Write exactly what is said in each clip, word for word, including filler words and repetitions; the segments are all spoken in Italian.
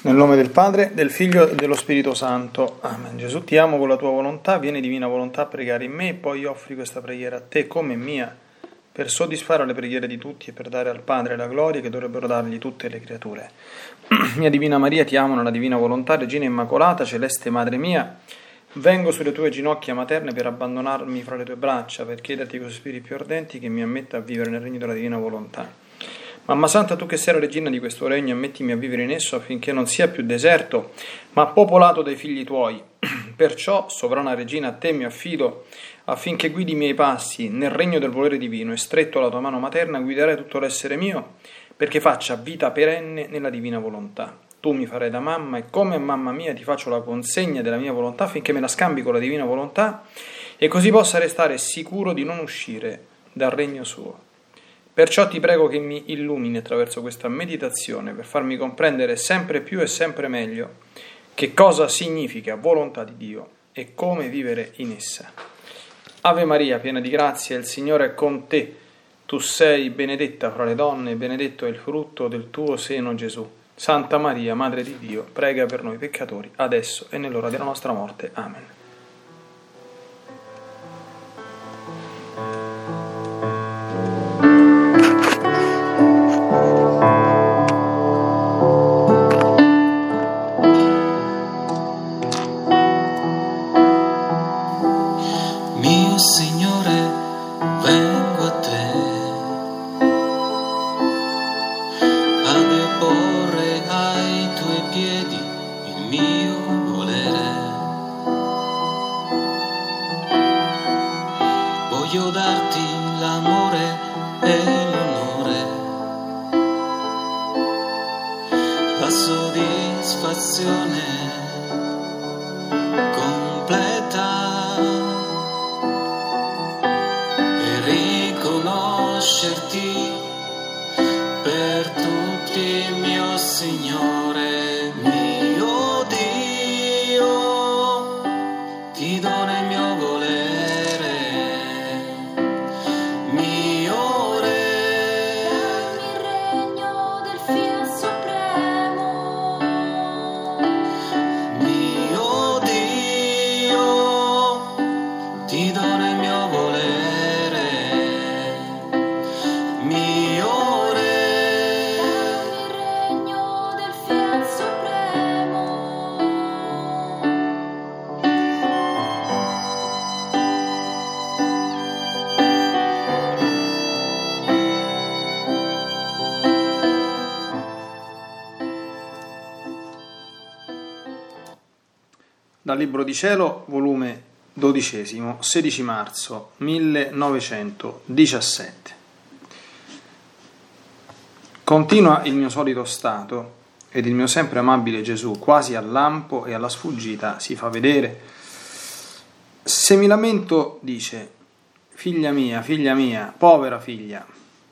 Nel nome del Padre, del Figlio e dello Spirito Santo. Amen. Gesù, ti amo con la tua volontà, vieni divina volontà a pregare in me e poi offri questa preghiera a te come mia, per soddisfare le preghiere di tutti e per dare al Padre la gloria che dovrebbero dargli tutte le creature. Mia Divina Maria, ti amo nella divina volontà, Regina Immacolata, Celeste Madre mia, vengo sulle tue ginocchia materne per abbandonarmi fra le tue braccia, per chiederti con spiriti più ardenti che mi ammetta a vivere nel regno della divina volontà. Mamma Santa, tu che sei la regina di questo regno, ammettimi a vivere in esso affinché non sia più deserto, ma popolato dai figli tuoi. Perciò, sovrana regina, a te mi affido, affinché guidi i miei passi nel regno del volere divino e stretto alla tua mano materna guiderai tutto l'essere mio, perché faccia vita perenne nella divina volontà. Tu mi farai da mamma e come mamma mia ti faccio la consegna della mia volontà affinché me la scambi con la divina volontà e così possa restare sicuro di non uscire dal regno suo. Perciò ti prego che mi illumini attraverso questa meditazione per farmi comprendere sempre più e sempre meglio che cosa significa volontà di Dio e come vivere in essa. Ave Maria, piena di grazia, il Signore è con te. Tu sei benedetta fra le donne e benedetto è il frutto del tuo seno, Gesù. Santa Maria, Madre di Dio, prega per noi peccatori, adesso e nell'ora della nostra morte. Amen. Voglio darti l'amore e l'onore, la soddisfazione completa e riconoscerti per tutti, mio Signore, mio Dio, ti dono il mio volere. Dal Libro di Cielo, volume dodicesimo, sedici marzo millenovecentodiciassette. Continua il mio solito stato, ed il mio sempre amabile Gesù, quasi al lampo e alla sfuggita, si fa vedere. Se mi lamento, dice, figlia mia, figlia mia, povera figlia,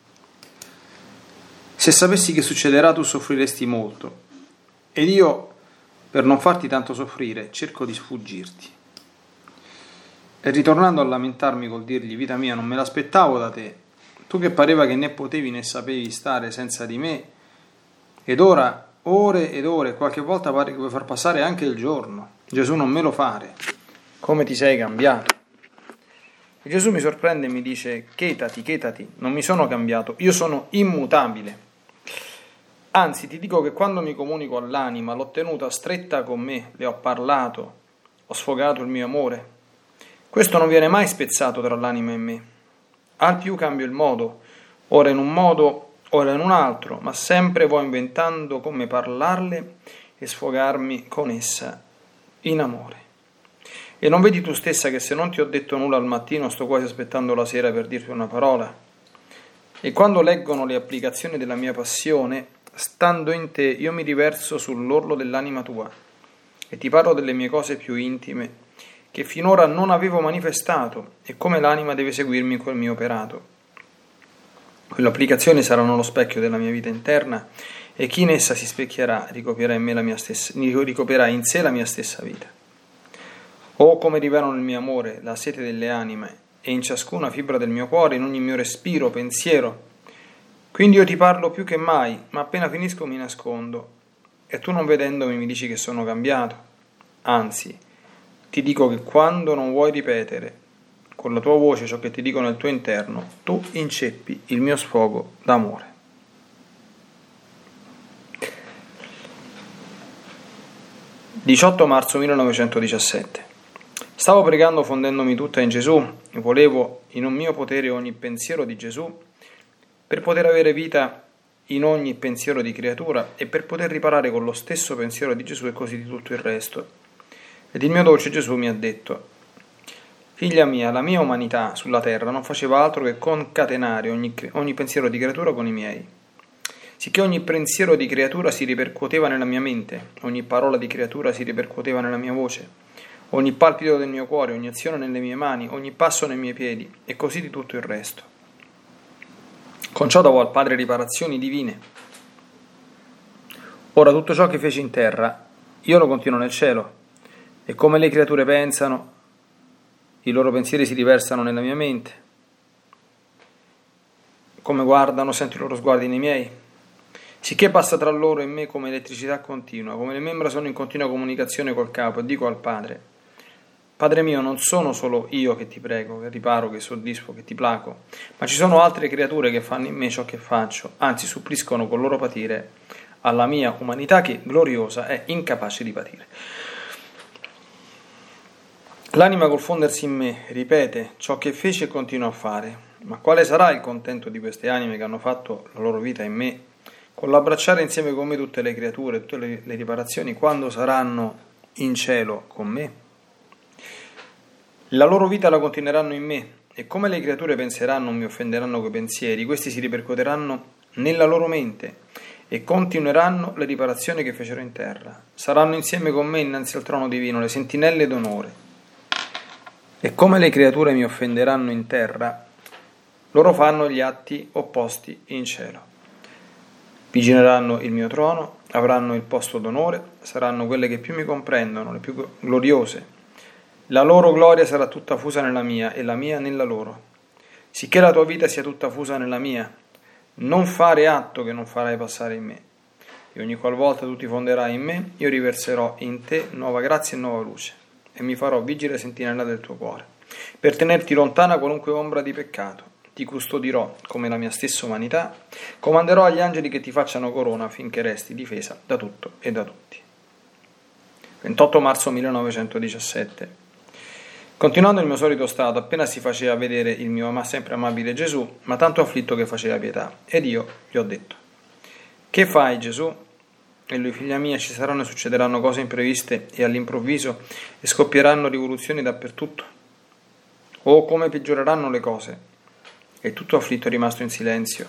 se sapessi che succederà tu soffriresti molto, ed io, per non farti tanto soffrire, cerco di sfuggirti. E ritornando a lamentarmi col dirgli, vita mia, non me l'aspettavo da te, tu che pareva che né potevi né sapevi stare senza di me, ed ora, ore ed ore, qualche volta pare che vuoi far passare anche il giorno. Gesù, non me lo fare, come ti sei cambiato. E Gesù mi sorprende e mi dice, chetati, chetati, non mi sono cambiato, io sono immutabile. Anzi, ti dico che quando mi comunico all'anima l'ho tenuta stretta con me, le ho parlato, ho sfogato il mio amore. Questo non viene mai spezzato tra l'anima e me. Al più cambio il modo, ora in un modo, ora in un altro, ma sempre vo inventando come parlarle e sfogarmi con essa in amore. E non vedi tu stessa che se non ti ho detto nulla al mattino sto quasi aspettando la sera per dirti una parola? E quando leggono le applicazioni della mia passione, stando in te, io mi riverso sull'orlo dell'anima tua e ti parlo delle mie cose più intime che finora non avevo manifestato e come l'anima deve seguirmi in quel mio operato. Quelle applicazioni saranno lo specchio della mia vita interna e chi in essa si specchierà ricopierà in me la mia stessa, ricopierà in sé la mia stessa vita. O come rivelano il mio amore, la sete delle anime e in ciascuna fibra del mio cuore, in ogni mio respiro, pensiero. Quindi io ti parlo più che mai, ma appena finisco mi nascondo, e tu non vedendomi mi dici che sono cambiato. Anzi, ti dico che quando non vuoi ripetere con la tua voce ciò che ti dico nel tuo interno, tu inceppi il mio sfogo d'amore. diciotto marzo millenovecentodiciassette. Stavo pregando fondendomi tutta in Gesù e volevo in un mio potere ogni pensiero di Gesù per poter avere vita in ogni pensiero di creatura e per poter riparare con lo stesso pensiero di Gesù e così di tutto il resto. Ed il mio dolce Gesù mi ha detto: figlia mia, la mia umanità sulla terra non faceva altro che concatenare ogni, ogni pensiero di creatura con i miei. Sicché ogni pensiero di creatura si ripercuoteva nella mia mente, ogni parola di creatura si ripercuoteva nella mia voce, ogni palpito del mio cuore, ogni azione nelle mie mani, ogni passo nei miei piedi, e così di tutto il resto. Con ciò davo al Padre riparazioni divine. Ora tutto ciò che feci in terra, io lo continuo nel cielo, e come le creature pensano, i loro pensieri si riversano nella mia mente, come guardano, sento i loro sguardi nei miei. Sicché passa tra loro e me come elettricità continua, come le membra sono in continua comunicazione col capo, e dico al Padre: Padre mio, non sono solo io che ti prego, che riparo, che soddisfo, che ti placo, ma ci sono altre creature che fanno in me ciò che faccio, anzi suppliscono col loro patire alla mia umanità che, gloriosa, è incapace di patire. L'anima col fondersi in me ripete ciò che fece e continua a fare, ma quale sarà il contento di queste anime che hanno fatto la loro vita in me, con l'abbracciare insieme con me tutte le creature, tutte le, le riparazioni, quando saranno in cielo con me? La loro vita la continueranno in me, e come le creature penseranno o mi offenderanno coi pensieri, questi si ripercuoteranno nella loro mente e continueranno le riparazioni che fecero in terra. Saranno insieme con me innanzi al trono divino, le sentinelle d'onore. E come le creature mi offenderanno in terra, loro fanno gli atti opposti in cielo. Vigileranno il mio trono, avranno il posto d'onore, saranno quelle che più mi comprendono, le più gloriose. La loro gloria sarà tutta fusa nella mia e la mia nella loro. Sicché la tua vita sia tutta fusa nella mia, non fare atto che non farai passare in me. E ogni qualvolta tu ti fonderai in me, io riverserò in te nuova grazia e nuova luce, e mi farò vigile sentinella del tuo cuore, per tenerti lontana qualunque ombra di peccato. Ti custodirò come la mia stessa umanità, comanderò agli angeli che ti facciano corona finché resti difesa da tutto e da tutti. ventotto marzo millenovecentodiciassette. Continuando il mio solito stato, appena si faceva vedere il mio ma sempre amabile Gesù, ma tanto afflitto che faceva pietà, ed io gli ho detto: che fai, Gesù? E lui: figlia mia, ci saranno e succederanno cose impreviste e all'improvviso, e scoppieranno rivoluzioni dappertutto. Oh, come peggioreranno le cose! E tutto afflitto è rimasto in silenzio.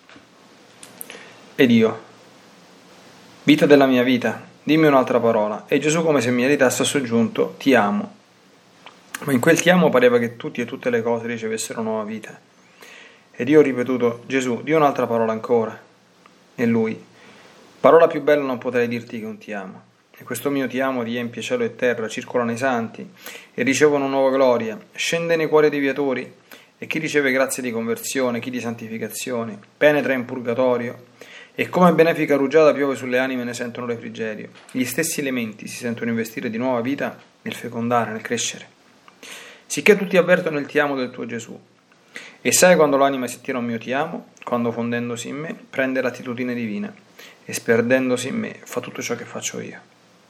Ed io: vita della mia vita, dimmi un'altra parola. E Gesù, come se mi irritasse, ha soggiunto: ti amo. Ma in quel ti amo pareva che tutti e tutte le cose ricevessero nuova vita. Ed io ho ripetuto: Gesù, di un'altra parola ancora. E lui: parola più bella non potrei dirti che un ti amo. E questo mio ti amo riempie cielo e terra, circola nei santi e ricevono nuova gloria, scende nei cuori dei viatori. E chi riceve grazie di conversione, chi di santificazione, penetra in purgatorio, e come benefica rugiada piove sulle anime, ne sentono refrigerio. Gli stessi elementi si sentono investire di nuova vita nel fecondare, nel crescere. Sicché tutti avvertono il ti amo del tuo Gesù. E sai quando l'anima si attira a un mio ti amo? Quando fondendosi in me prende l'attitudine divina, e sperdendosi in me fa tutto ciò che faccio io.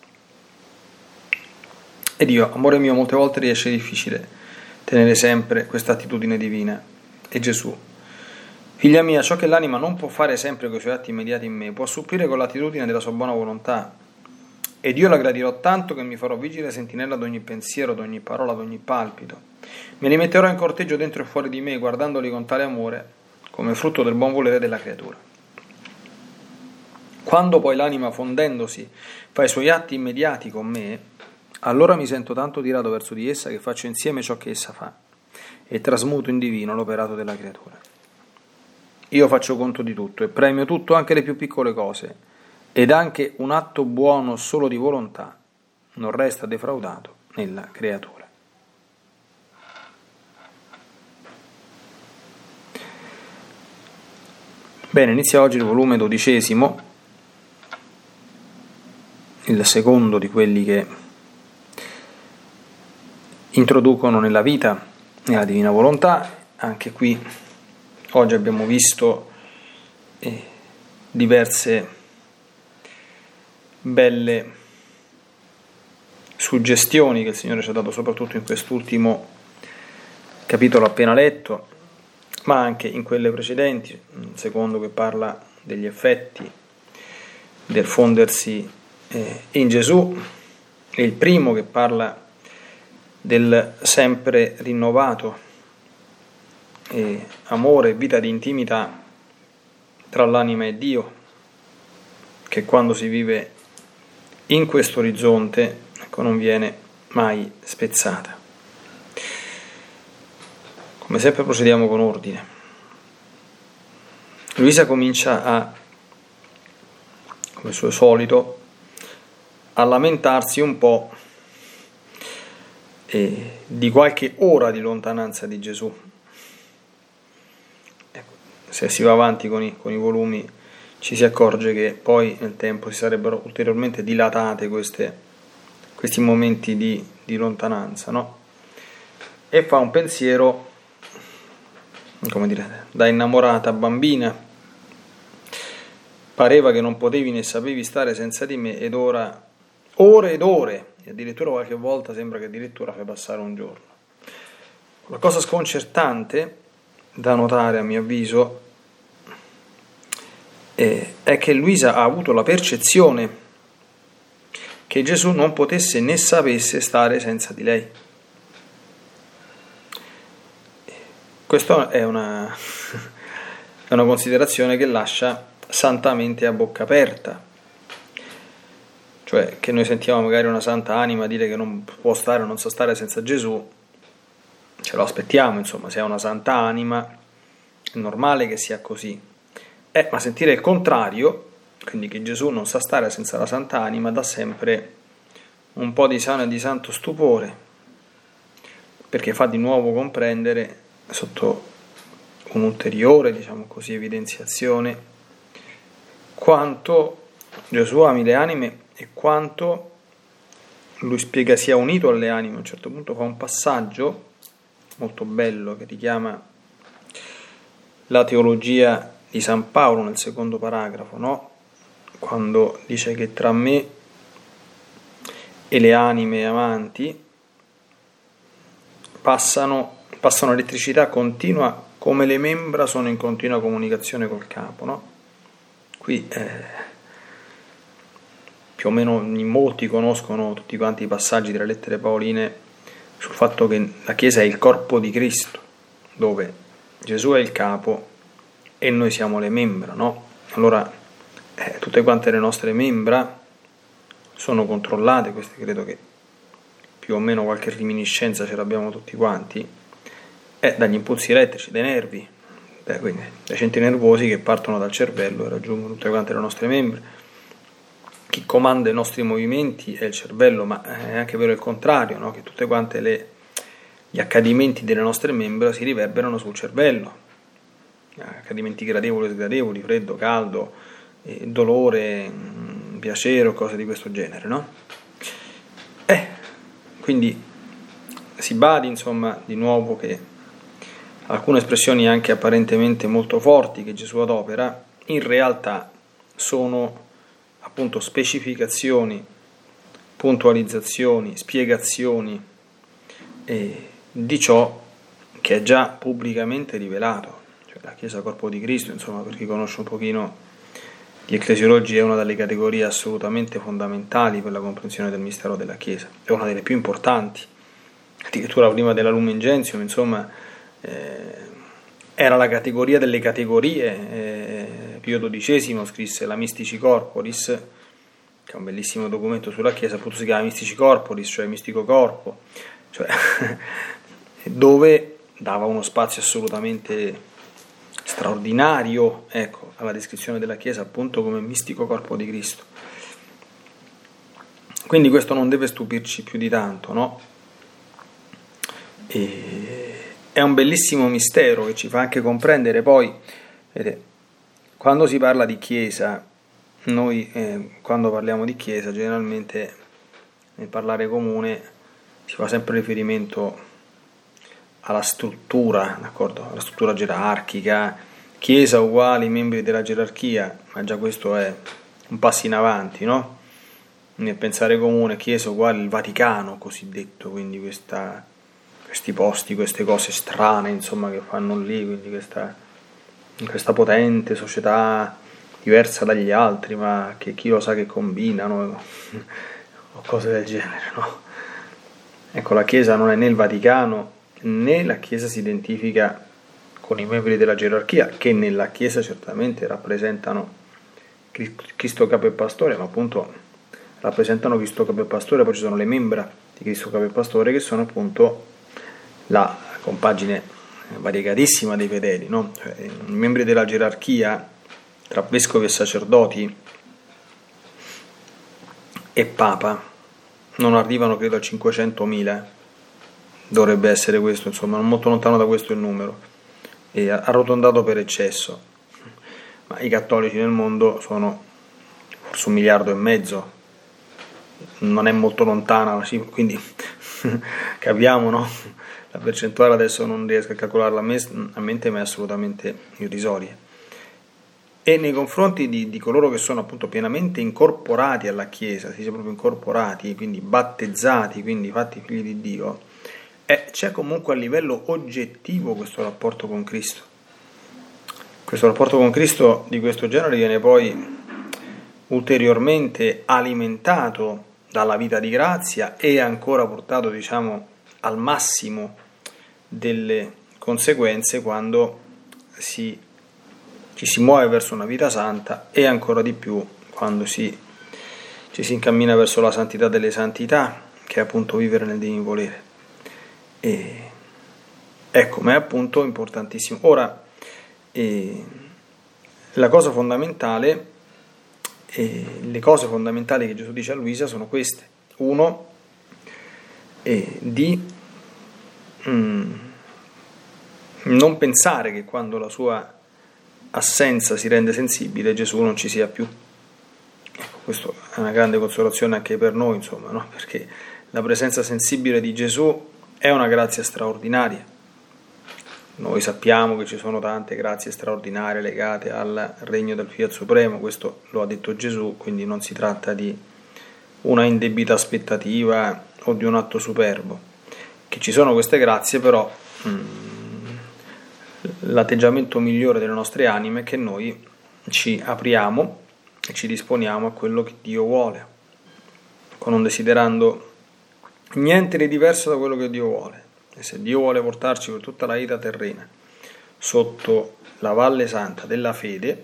Ed io, amore mio, molte volte riesce difficile tenere sempre questa attitudine divina. E Gesù: figlia mia, ciò che l'anima non può fare sempre con i suoi atti immediati in me, può supplire con l'attitudine della sua buona volontà. Ed io la gradirò tanto che mi farò vigile sentinella ad ogni pensiero, ad ogni parola, ad ogni palpito. Me li metterò in corteggio dentro e fuori di me, guardandoli con tale amore, come frutto del buon volere della creatura. Quando poi l'anima, fondendosi, fa i suoi atti immediati con me, allora mi sento tanto tirato verso di essa che faccio insieme ciò che essa fa e trasmuto in divino l'operato della creatura. Io faccio conto di tutto e premio tutto, anche le più piccole cose, ed anche un atto buono solo di volontà non resta defraudato nella creatura. Bene, inizia oggi il volume dodicesimo il secondo di quelli che introducono nella vita, nella divina volontà. Anche qui oggi abbiamo visto eh, diverse belle suggestioni che il Signore ci ha dato, soprattutto in quest'ultimo capitolo appena letto, ma anche in quelle precedenti, il secondo che parla degli effetti del fondersi eh, in Gesù, e il primo che parla del sempre rinnovato eh, amore e vita di intimità tra l'anima e Dio, che quando si vive in questo orizzonte, ecco, non viene mai spezzata. Come sempre procediamo con ordine. Luisa comincia a, come suo solito, a lamentarsi un po' eh, di qualche ora di lontananza di Gesù. Ecco, se si va avanti con i, con i volumi ci si accorge che poi nel tempo si sarebbero ulteriormente dilatate queste, questi momenti di, di lontananza, no? E fa un pensiero, come dire, da innamorata bambina. Pareva che non potevi né sapevi stare senza di me, ed ora, ore ed ore, e addirittura qualche volta sembra che addirittura fai passare un giorno. La cosa sconcertante da notare, a mio avviso, è, è che Luisa ha avuto la percezione che Gesù non potesse né sapesse stare senza di lei. Questa è una, è una considerazione che lascia santamente a bocca aperta, cioè che noi sentiamo magari una santa anima dire che non può stare o non sa stare senza Gesù, ce lo aspettiamo, insomma, se è una santa anima è normale che sia così, eh, ma sentire il contrario, quindi che Gesù non sa stare senza la santa anima, dà sempre un po' di sano e di santo stupore, perché fa di nuovo comprendere, sotto un'ulteriore, diciamo così, evidenziazione, quanto Gesù ami le anime e quanto lui spiega sia unito alle anime. A un certo punto fa un passaggio molto bello che richiama la teologia di San Paolo nel secondo paragrafo, no? Quando dice che tra me e le anime amanti passano, passano elettricità continua come le membra sono in continua comunicazione col capo, no? Qui eh, più o meno in molti conoscono tutti quanti i passaggi delle lettere paoline sul fatto che la Chiesa è il corpo di Cristo, dove Gesù è il capo e noi siamo le membra, no? Allora eh, tutte quante le nostre membra sono controllate, queste credo che più o meno qualche riminiscenza ce l'abbiamo tutti quanti, eh, dagli impulsi elettrici, dai nervi, eh, quindi dai centri nervosi che partono dal cervello e raggiungono tutte quante le nostre membra. Chi comanda i nostri movimenti è il cervello, ma è anche vero il contrario, no? Che tutte quante le, gli accadimenti delle nostre membra si riverberano sul cervello, accadimenti gradevoli e sgradevoli, freddo, caldo, eh, dolore, mh, piacere o cose di questo genere, no? Eh, quindi si badi, insomma, di nuovo che alcune espressioni anche apparentemente molto forti che Gesù adopera in realtà sono appunto specificazioni, puntualizzazioni, spiegazioni eh, di ciò che è già pubblicamente rivelato, cioè la Chiesa corpo di Cristo, insomma, per chi conosce un pochino di ecclesiologia, è una delle categorie assolutamente fondamentali per la comprensione del mistero della Chiesa, è una delle più importanti, addirittura prima della Lumen Gentium, insomma, eh, era la categoria delle categorie. eh, Pio dodicesimo scrisse la Mystici Corporis, che è un bellissimo documento sulla Chiesa, appunto si chiama Mystici Corporis, cioè mistico corpo, cioè dove dava uno spazio assolutamente straordinario, ecco, alla descrizione della Chiesa appunto come mistico corpo di Cristo. Quindi questo non deve stupirci più di tanto, no? E è un bellissimo mistero che ci fa anche comprendere poi, vedete, quando si parla di Chiesa noi eh, quando parliamo di Chiesa generalmente nel parlare comune si fa sempre riferimento alla struttura, d'accordo? Alla struttura gerarchica, Chiesa uguale i membri della gerarchia, ma già questo è un passo in avanti, no? Nel pensare comune, Chiesa uguale il Vaticano cosiddetto, quindi questa, questi posti, queste cose strane, insomma, che fanno lì, quindi questa, questa potente società diversa dagli altri, ma che chi lo sa che combinano, o cose del genere, no? Ecco, la Chiesa non è né il Vaticano, né la Chiesa si identifica con i membri della gerarchia, che nella Chiesa certamente rappresentano Cristo capo e pastore, ma appunto rappresentano Cristo capo e pastore. Poi ci sono le membra di Cristo capo e pastore, che sono appunto la compagine variegatissima dei fedeli, no? Cioè, i membri della gerarchia tra vescovi e sacerdoti e papa non arrivano credo a cinquecentomila, dovrebbe essere questo, insomma, non molto lontano da questo il numero, e arrotondato per eccesso, ma i cattolici nel mondo sono forse un miliardo e mezzo, non è molto lontana la cifra, quindi capiamo, no? La percentuale adesso non riesco a calcolarla a mente, ma è assolutamente irrisoria. E nei confronti di, di coloro che sono appunto pienamente incorporati alla Chiesa, si dice proprio incorporati, quindi battezzati, quindi fatti figli di Dio, eh, c'è comunque a livello oggettivo questo rapporto con Cristo. Questo rapporto con Cristo di questo genere viene poi ulteriormente alimentato dalla vita di grazia e ancora portato, diciamo, al massimo delle conseguenze quando si ci si muove verso una vita santa, e ancora di più quando si, ci si incammina verso la santità delle santità, che è appunto vivere nel divino volere. E ecco, ma è appunto importantissimo. Ora, eh, la cosa fondamentale, eh, le cose fondamentali che Gesù dice a Luisa sono queste. Uno, eh, di mm, non pensare che quando la sua assenza si rende sensibile Gesù non ci sia più. Ecco, questo è una grande consolazione anche per noi, insomma, no? Perché la presenza sensibile di Gesù è una grazia straordinaria. Noi sappiamo che ci sono tante grazie straordinarie legate al regno del Fiat Supremo, questo lo ha detto Gesù, quindi non si tratta di una indebita aspettativa o di un atto superbo. Che ci sono queste grazie, però mh, l'atteggiamento migliore delle nostre anime è che noi ci apriamo e ci disponiamo a quello che Dio vuole, non desiderando niente di diverso da quello che Dio vuole. E se Dio vuole portarci per tutta la vita terrena sotto la Valle Santa della fede,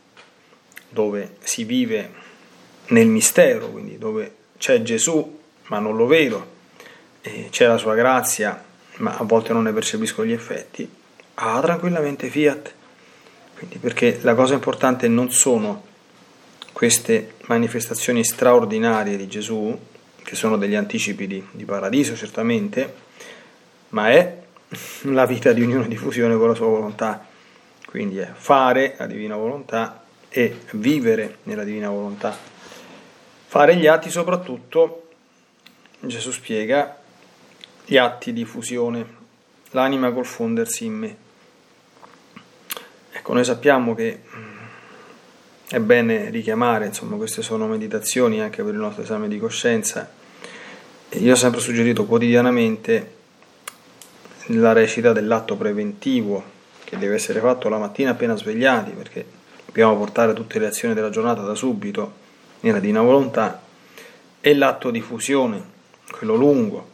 dove si vive nel mistero, quindi dove c'è Gesù ma non lo vedo, e c'è la sua grazia ma a volte non ne percepisco gli effetti, ah, tranquillamente fiat. Quindi, perché la cosa importante non sono queste manifestazioni straordinarie di Gesù, che sono degli anticipi di, di paradiso certamente, ma è la vita di unione e di fusione con la sua volontà. Quindi è fare la divina volontà e vivere nella divina volontà. Fare gli atti, soprattutto, Gesù spiega, gli atti di fusione, l'anima col fondersi in me. Ecco, noi sappiamo che è bene richiamare, insomma, queste sono meditazioni anche per il nostro esame di coscienza. E io ho sempre suggerito quotidianamente la recita dell'atto preventivo che deve essere fatto la mattina appena svegliati, perché dobbiamo portare tutte le azioni della giornata da subito nella divina volontà, e l'atto di fusione, quello lungo.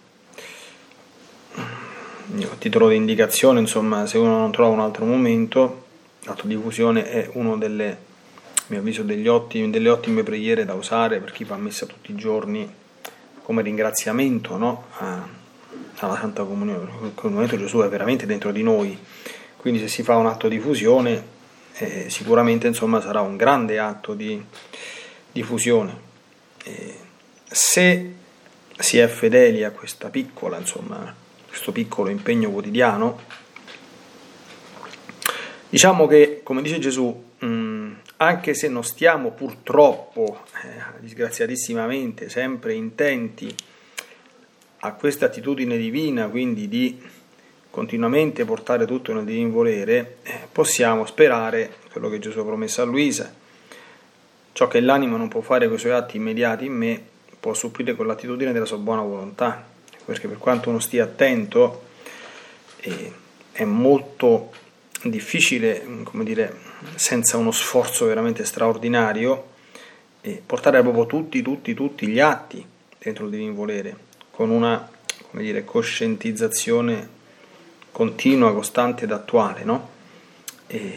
Io, a titolo di indicazione, insomma, se uno non trova un altro momento, l'atto di fusione è uno delle, a mio avviso, degli ottimi, delle ottime preghiere da usare per chi fa messa tutti i giorni come ringraziamento, no? a, alla Santa Comunione. In quel momento Gesù è veramente dentro di noi, quindi se si fa un atto di fusione eh, sicuramente, insomma, sarà un grande atto di, di fusione. Eh, se si è fedeli a questa piccola, insomma, questo piccolo impegno quotidiano, diciamo che, come dice Gesù, mh, anche se non stiamo purtroppo, eh, disgraziatissimamente, sempre intenti a questa attitudine divina, quindi di continuamente portare tutto nel divin volere, eh, possiamo sperare quello che Gesù ha promesso a Luisa: ciò che l'anima non può fare con i suoi atti immediati in me, può supplire con l'attitudine della sua buona volontà, perché per quanto uno stia attento, eh, è molto difficile, come dire, senza uno sforzo veramente straordinario, eh, portare proprio tutti, tutti, tutti gli atti dentro il divin volere, con una, come dire, coscientizzazione continua, costante ed attuale, no? E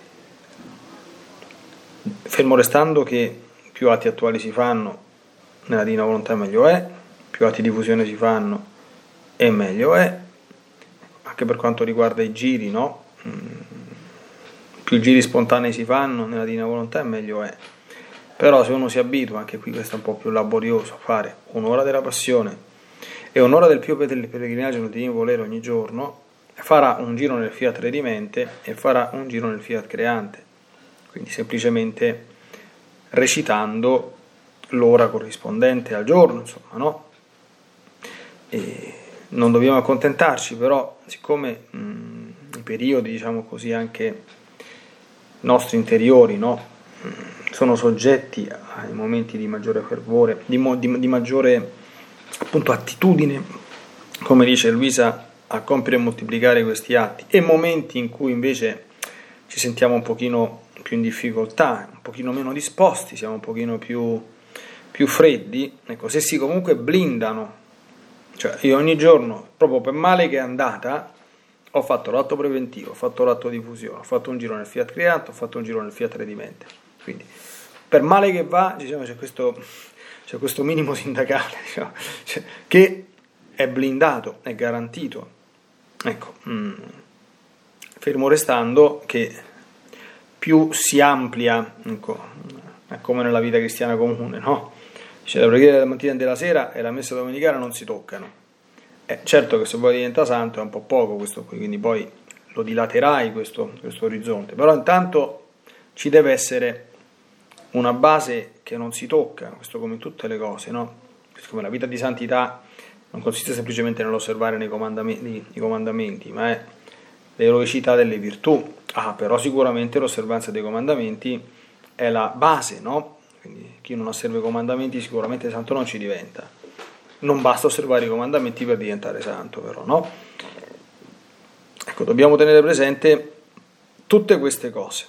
fermo restando che più atti attuali si fanno nella divina volontà meglio è, più atti di fusione si fanno e meglio è, anche per quanto riguarda i giri, no? Più giri spontanei si fanno nella divina volontà e meglio è. Però se uno si abitua, anche qui questo è un po' più laborioso, a fare un'ora della passione e un'ora del più pellegrinaggio nel divino volere ogni giorno, farà un giro nel fiat redimente e farà un giro nel fiat creante, quindi semplicemente recitando l'ora corrispondente al giorno, insomma, no? E non dobbiamo accontentarci, però, siccome mh, i periodi, diciamo così, anche nostri interiori, no, sono soggetti ai momenti di maggiore fervore, di, mo, di, di maggiore appunto attitudine, come dice Luisa, a compiere e moltiplicare questi atti, e momenti in cui invece ci sentiamo un pochino più in difficoltà, un pochino meno disposti, siamo un pochino più, più freddi, ecco, se si comunque blindano, cioè io ogni giorno, proprio per male che è andata, ho fatto l'atto preventivo, ho fatto l'atto di fusione, ho fatto un giro nel fiat creante, ho fatto un giro nel fiat redimente, quindi per male che va, diciamo, c'è questo, c'è questo minimo sindacale, diciamo, cioè, che è blindato, è garantito. Ecco, mh, fermo restando che più si amplia, ecco, è come nella vita cristiana comune, no? Cioè, la preghiera della mattina e della sera e la messa domenicale non si toccano. Eh, certo che se vuoi diventare santo è un po' poco questo qui, quindi poi lo dilaterai questo, questo orizzonte, però intanto ci deve essere una base che non si tocca, questo come in tutte le cose, no? Come la vita di santità non consiste semplicemente nell'osservare nei comandamenti, i comandamenti, ma è l'eroicità delle virtù. Ah, però sicuramente l'osservanza dei comandamenti è la base, no? Quindi chi non osserva i comandamenti sicuramente santo non ci diventa. Non basta osservare i comandamenti per diventare santo, però, no? Ecco, dobbiamo tenere presente tutte queste cose.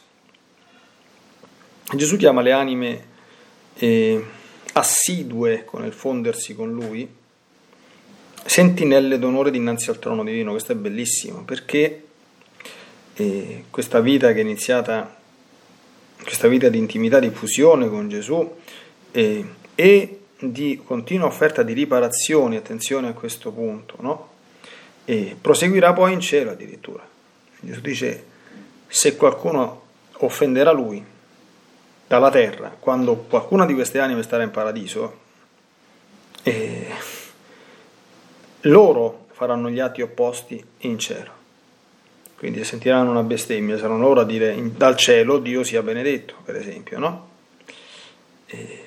Gesù chiama le anime eh, assidue con il fondersi con Lui sentinelle d'onore dinanzi al trono divino. Questo è bellissimo, perché eh, questa vita che è iniziata, questa vita di intimità, di fusione con Gesù eh, e di continua offerta di riparazioni, attenzione a questo punto, no? E proseguirà poi in cielo addirittura. Gesù dice: se qualcuno offenderà Lui dalla terra, quando qualcuna di queste anime starà in paradiso, eh, loro faranno gli atti opposti in cielo. Quindi se sentiranno una bestemmia saranno loro a dire in, dal cielo Dio sia benedetto, per esempio, no? E,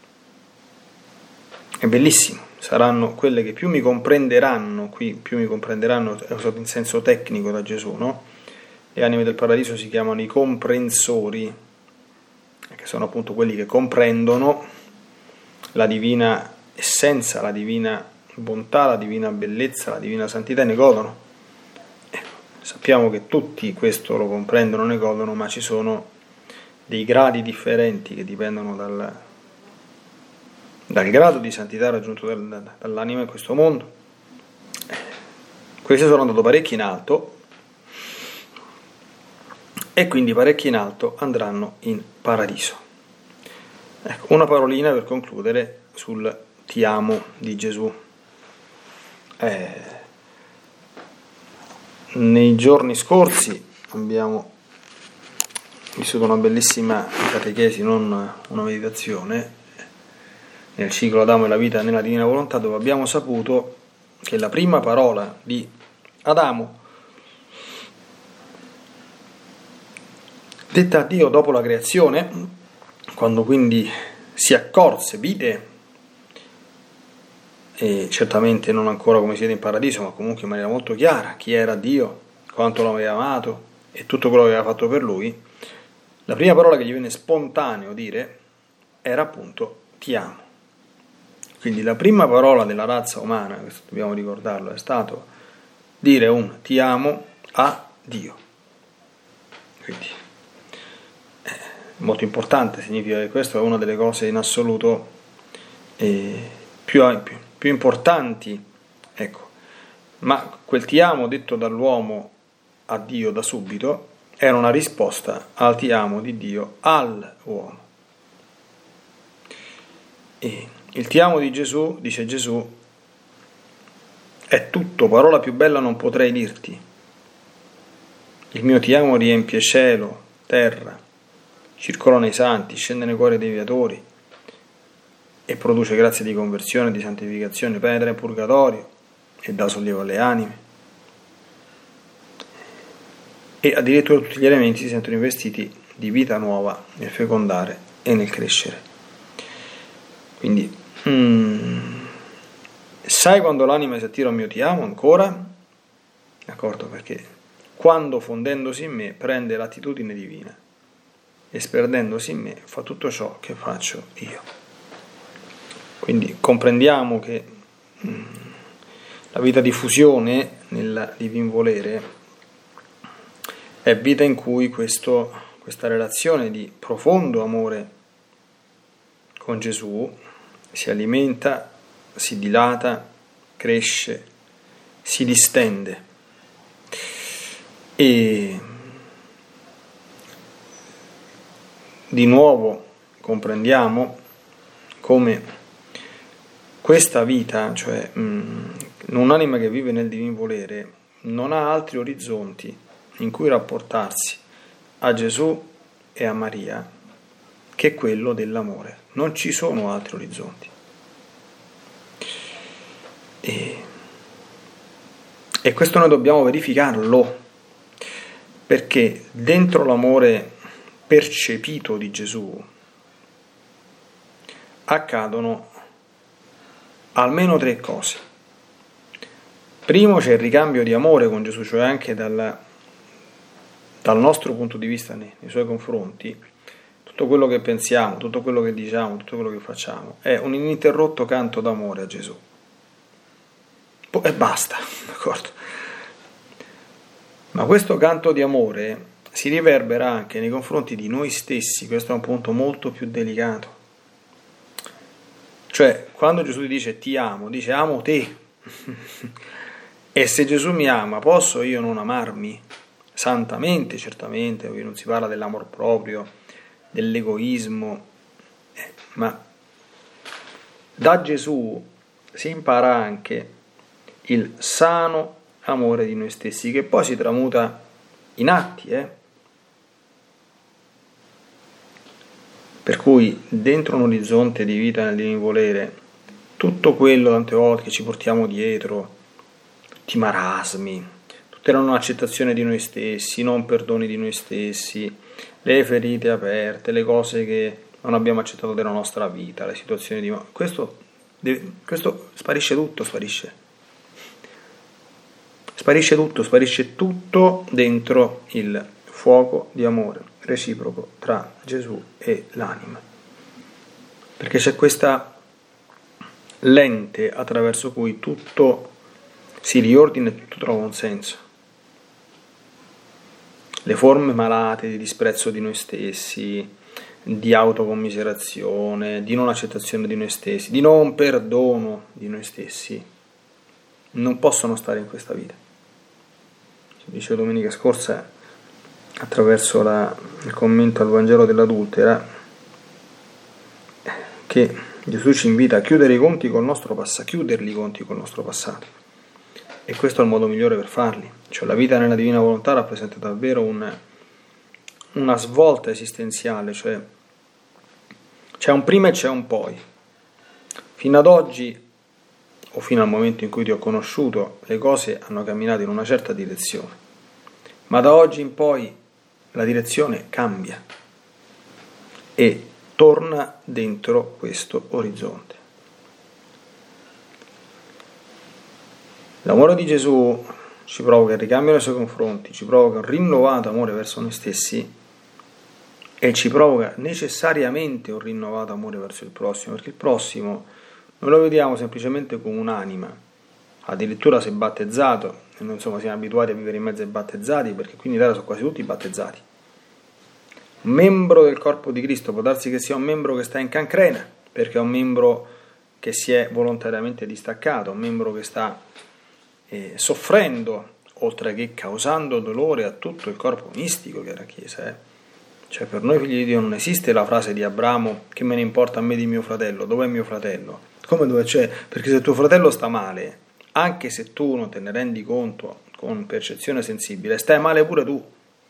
è bellissimo, saranno quelle che più mi comprenderanno, qui più mi comprenderanno è usato in senso tecnico da Gesù, no? Le anime del paradiso si chiamano i comprensori, che sono appunto quelli che comprendono la divina essenza, la divina bontà, la divina bellezza, la divina santità, e ne godono. Ecco, sappiamo che tutti questo lo comprendono, ne godono, ma ci sono dei gradi differenti che dipendono dal, dal grado di santità raggiunto dal, dall'anima in questo mondo. Questi sono andato parecchio in alto e quindi parecchio in alto andranno in paradiso. Ecco, una parolina per concludere sul ti amo di Gesù. Eh, nei giorni scorsi abbiamo vissuto una bellissima catechesi, non una meditazione, nel ciclo Adamo e la vita nella divina volontà, dove abbiamo saputo che la prima parola di Adamo, detta a Dio dopo la creazione, quando quindi si accorse, vide, e certamente non ancora come siete in paradiso, ma comunque in maniera molto chiara, chi era Dio, quanto lo aveva amato e tutto quello che aveva fatto per lui, la prima parola che gli venne spontaneo dire era appunto ti amo. Quindi la prima parola della razza umana, questo dobbiamo ricordarlo, è stato dire un ti amo a Dio. Quindi è molto importante, significa che questa è una delle cose in assoluto eh, più, più, più importanti, ecco. Ma quel ti amo detto dall'uomo a Dio da subito era una risposta al ti amo di Dio all'uomo. E il ti amo di Gesù, dice Gesù, è tutto, parola più bella non potrei dirti. Il mio ti amo riempie cielo, terra, circola nei santi, scende nei cuori dei viatori e produce grazie di conversione, di santificazione, penetra in purgatorio e dà sollievo alle anime. E addirittura tutti gli elementi si sentono investiti di vita nuova nel fecondare e nel crescere. Quindi, mm, sai quando l'anima si attira al mio ti amo ancora? D'accordo? Perché quando fondendosi in me prende l'attitudine divina e sperdendosi in me fa tutto ciò che faccio io. Quindi comprendiamo che mm, la vita di fusione nel divin volere è vita in cui questo, questa relazione di profondo amore con Gesù si alimenta, si dilata, cresce, si distende. E di nuovo comprendiamo come questa vita, cioè mh, un'anima che vive nel divin volere, non ha altri orizzonti in cui rapportarsi a Gesù e a Maria che quello dell'amore. Non ci sono altri orizzonti. E, e questo noi dobbiamo verificarlo, perché dentro l'amore percepito di Gesù accadono almeno tre cose. Primo, c'è il ricambio di amore con Gesù, cioè anche dal, dal nostro punto di vista nei, nei suoi confronti, tutto quello che pensiamo, tutto quello che diciamo, tutto quello che facciamo è un ininterrotto canto d'amore a Gesù. E basta, d'accordo? Ma questo canto di amore si riverbera anche nei confronti di noi stessi. Questo è un punto molto più delicato. Cioè, quando Gesù ti dice ti amo, dice amo te. E se Gesù mi ama, posso io non amarmi? Santamente, certamente, qui non si parla dell'amor proprio, dell'egoismo, eh, ma da Gesù si impara anche il sano amore di noi stessi, che poi si tramuta in atti, eh? Per cui dentro un orizzonte di vita nel divin volere, tutto quello tante volte che ci portiamo dietro, tutti i marasmi, tutta la non accettazione di noi stessi, i non perdoni di noi stessi, le ferite aperte, le cose che non abbiamo accettato della nostra vita, le situazioni di... Questo, questo sparisce tutto, sparisce. Sparisce tutto, sparisce tutto dentro il fuoco di amore reciproco tra Gesù e l'anima. Perché c'è questa lente attraverso cui tutto si riordina e tutto trova un senso. Le forme malate di disprezzo di noi stessi, di autocommiserazione, di non accettazione di noi stessi, di non perdono di noi stessi, non possono stare in questa vita. Ci dicevo domenica scorsa, attraverso la, il commento al Vangelo dell'adultera, che Gesù ci invita a chiudere i conti col nostro passato, chiuderli i conti col nostro passato. E questo è il modo migliore per farli. Cioè la vita nella divina volontà rappresenta davvero un, una svolta esistenziale, cioè c'è un prima e c'è un poi. Fino ad oggi, o fino al momento in cui ti ho conosciuto, le cose hanno camminato in una certa direzione, ma da oggi in poi la direzione cambia e torna dentro questo orizzonte. L'amore di Gesù ci provoca il ricambio nei suoi confronti, ci provoca un rinnovato amore verso noi stessi e ci provoca necessariamente un rinnovato amore verso il prossimo, perché il prossimo noi lo vediamo semplicemente come un'anima, addirittura se battezzato, e noi insomma siamo abituati a vivere in mezzo ai battezzati, perché qui in Italia sono quasi tutti battezzati. Un membro del corpo di Cristo può darsi che sia un membro che sta in cancrena, perché è un membro che si è volontariamente distaccato, un membro che sta eh, soffrendo, oltre che causando dolore a tutto il corpo mistico che è la Chiesa. Eh. Cioè per noi figli di Dio non esiste la frase di Abramo: che me ne importa a me di mio fratello, dov'è mio fratello? Come dove c'è? Perché se tuo fratello sta male, anche se tu non te ne rendi conto con percezione sensibile, stai male pure tu.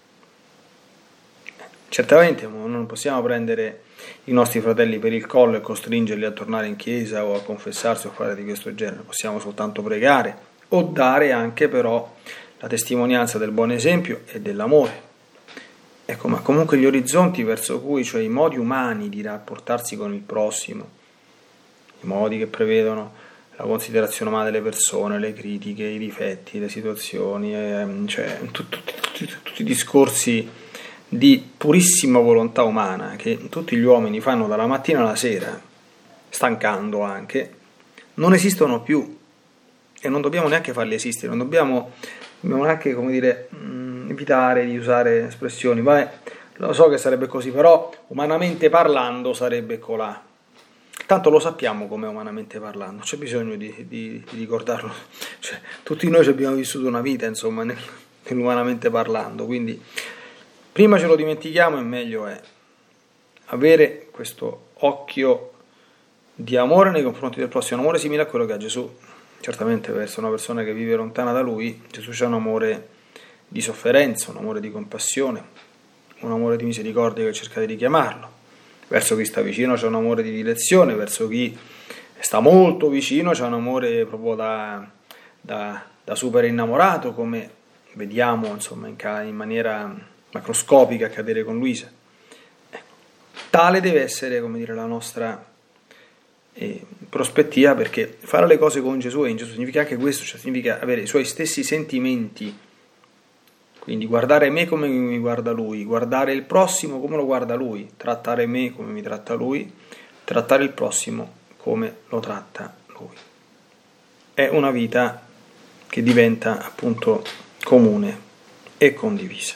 Certamente non possiamo prendere i nostri fratelli per il collo e costringerli a tornare in chiesa o a confessarsi o fare di questo genere, possiamo soltanto pregare o dare anche però la testimonianza del buon esempio e dell'amore. Ecco, ma comunque gli orizzonti verso cui, cioè i modi umani di rapportarsi con il prossimo, i modi che prevedono la considerazione umana delle persone, le critiche, i difetti, le situazioni, ehm, cioè tutti, tutti, tutti i discorsi di purissima volontà umana che tutti gli uomini fanno dalla mattina alla sera, stancando anche, non esistono più e non dobbiamo neanche farli esistere, non dobbiamo, dobbiamo neanche, come dire, mh, evitare di usare espressioni, ma lo so che sarebbe così, però umanamente parlando sarebbe colà. Tanto lo sappiamo come umanamente parlando, non c'è bisogno di, di, di ricordarlo, cioè, tutti noi ci abbiamo vissuto una vita, insomma, nel, nell'umanamente parlando, quindi prima ce lo dimentichiamo e meglio è avere questo occhio di amore nei confronti del prossimo, un amore simile a quello che ha Gesù. Certamente verso una persona che vive lontana da Lui, Gesù c'ha un amore di sofferenza, un amore di compassione, un amore di misericordia che cerca di richiamarlo. Verso chi sta vicino c'è un amore di direzione, verso chi sta molto vicino c'è un amore proprio da, da, da super innamorato, come vediamo insomma in, in maniera macroscopica accadere con Luisa. Ecco, tale deve essere, come dire, la nostra eh, prospettiva, perché fare le cose con Gesù e in Gesù significa anche questo, cioè significa avere i suoi stessi sentimenti, quindi guardare me come mi guarda Lui, guardare il prossimo come lo guarda Lui, trattare me come mi tratta Lui, trattare il prossimo come lo tratta Lui. È una vita che diventa appunto comune e condivisa.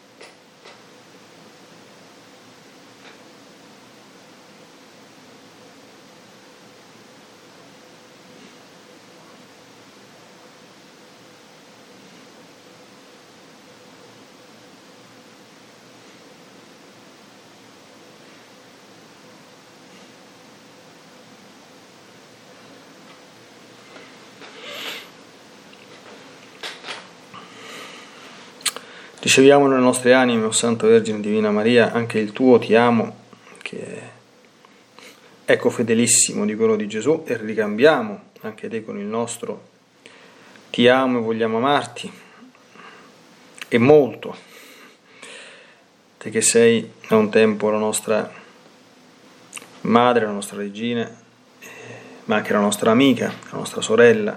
Riceviamo nelle nostre anime, o Santa Vergine Divina Maria, anche il tuo ti amo, che è cofedelissimo di quello di Gesù, e ricambiamo anche te con il nostro ti amo e vogliamo amarti, e molto, te che sei a un tempo la nostra madre, la nostra regina, ma anche la nostra amica, la nostra sorella,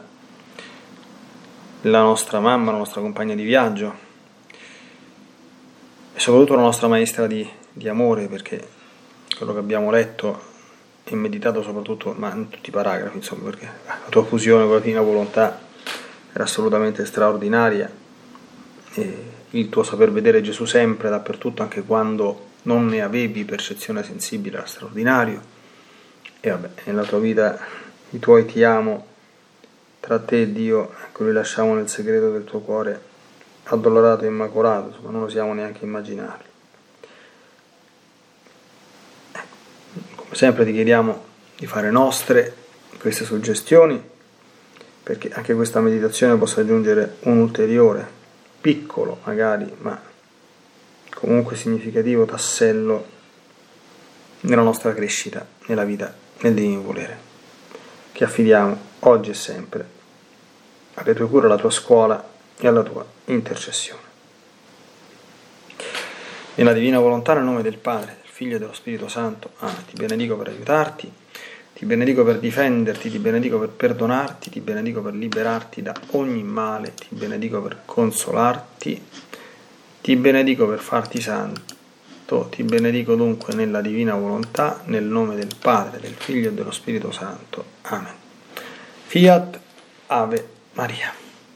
la nostra mamma, la nostra compagna di viaggio, e soprattutto la nostra maestra di, di amore, perché quello che abbiamo letto e meditato soprattutto, ma in tutti i paragrafi, insomma, perché la tua fusione con la divina volontà era assolutamente straordinaria, e il tuo saper vedere Gesù sempre, dappertutto, anche quando non ne avevi percezione sensibile, era straordinario. E vabbè, nella tua vita i tuoi ti amo tra te e Dio, ecco, li lasciamo nel segreto del tuo cuore addolorato e immacolato, insomma, non osiamo neanche immaginarlo. Ecco, come sempre ti chiediamo di fare nostre queste suggestioni, perché anche questa meditazione possa aggiungere un ulteriore, piccolo magari, ma comunque significativo tassello nella nostra crescita, nella vita, nel divino volere, che affidiamo oggi e sempre alle tue cure, alla tua scuola e alla tua intercessione. Nella divina volontà, nel nome del Padre, del Figlio e dello Spirito Santo. Amen. Ti benedico per aiutarti, ti benedico per difenderti, ti benedico per perdonarti, ti benedico per liberarti da ogni male, ti benedico per consolarti, ti benedico per farti santo, ti benedico dunque nella divina volontà, nel nome del Padre, del Figlio e dello Spirito Santo. Amen. Fiat Ave Maria.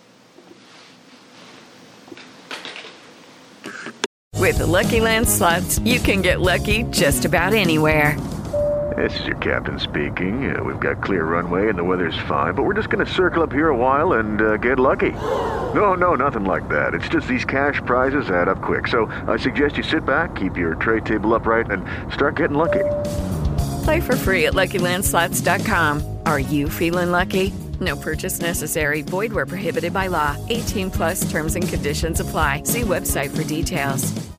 With the Lucky Land Slots, you can get lucky just about anywhere. This is your captain speaking. Uh, we've got clear runway and the weather's fine, but we're just going to circle up here a while and uh, get lucky. No, no, nothing like that. It's just these cash prizes add up quick. So I suggest you sit back, keep your tray table upright, and start getting lucky. Play for free at Lucky Land Slots dot com. Are you feeling lucky? No purchase necessary. Void where prohibited by law. eighteen plus terms and conditions apply. See website for details.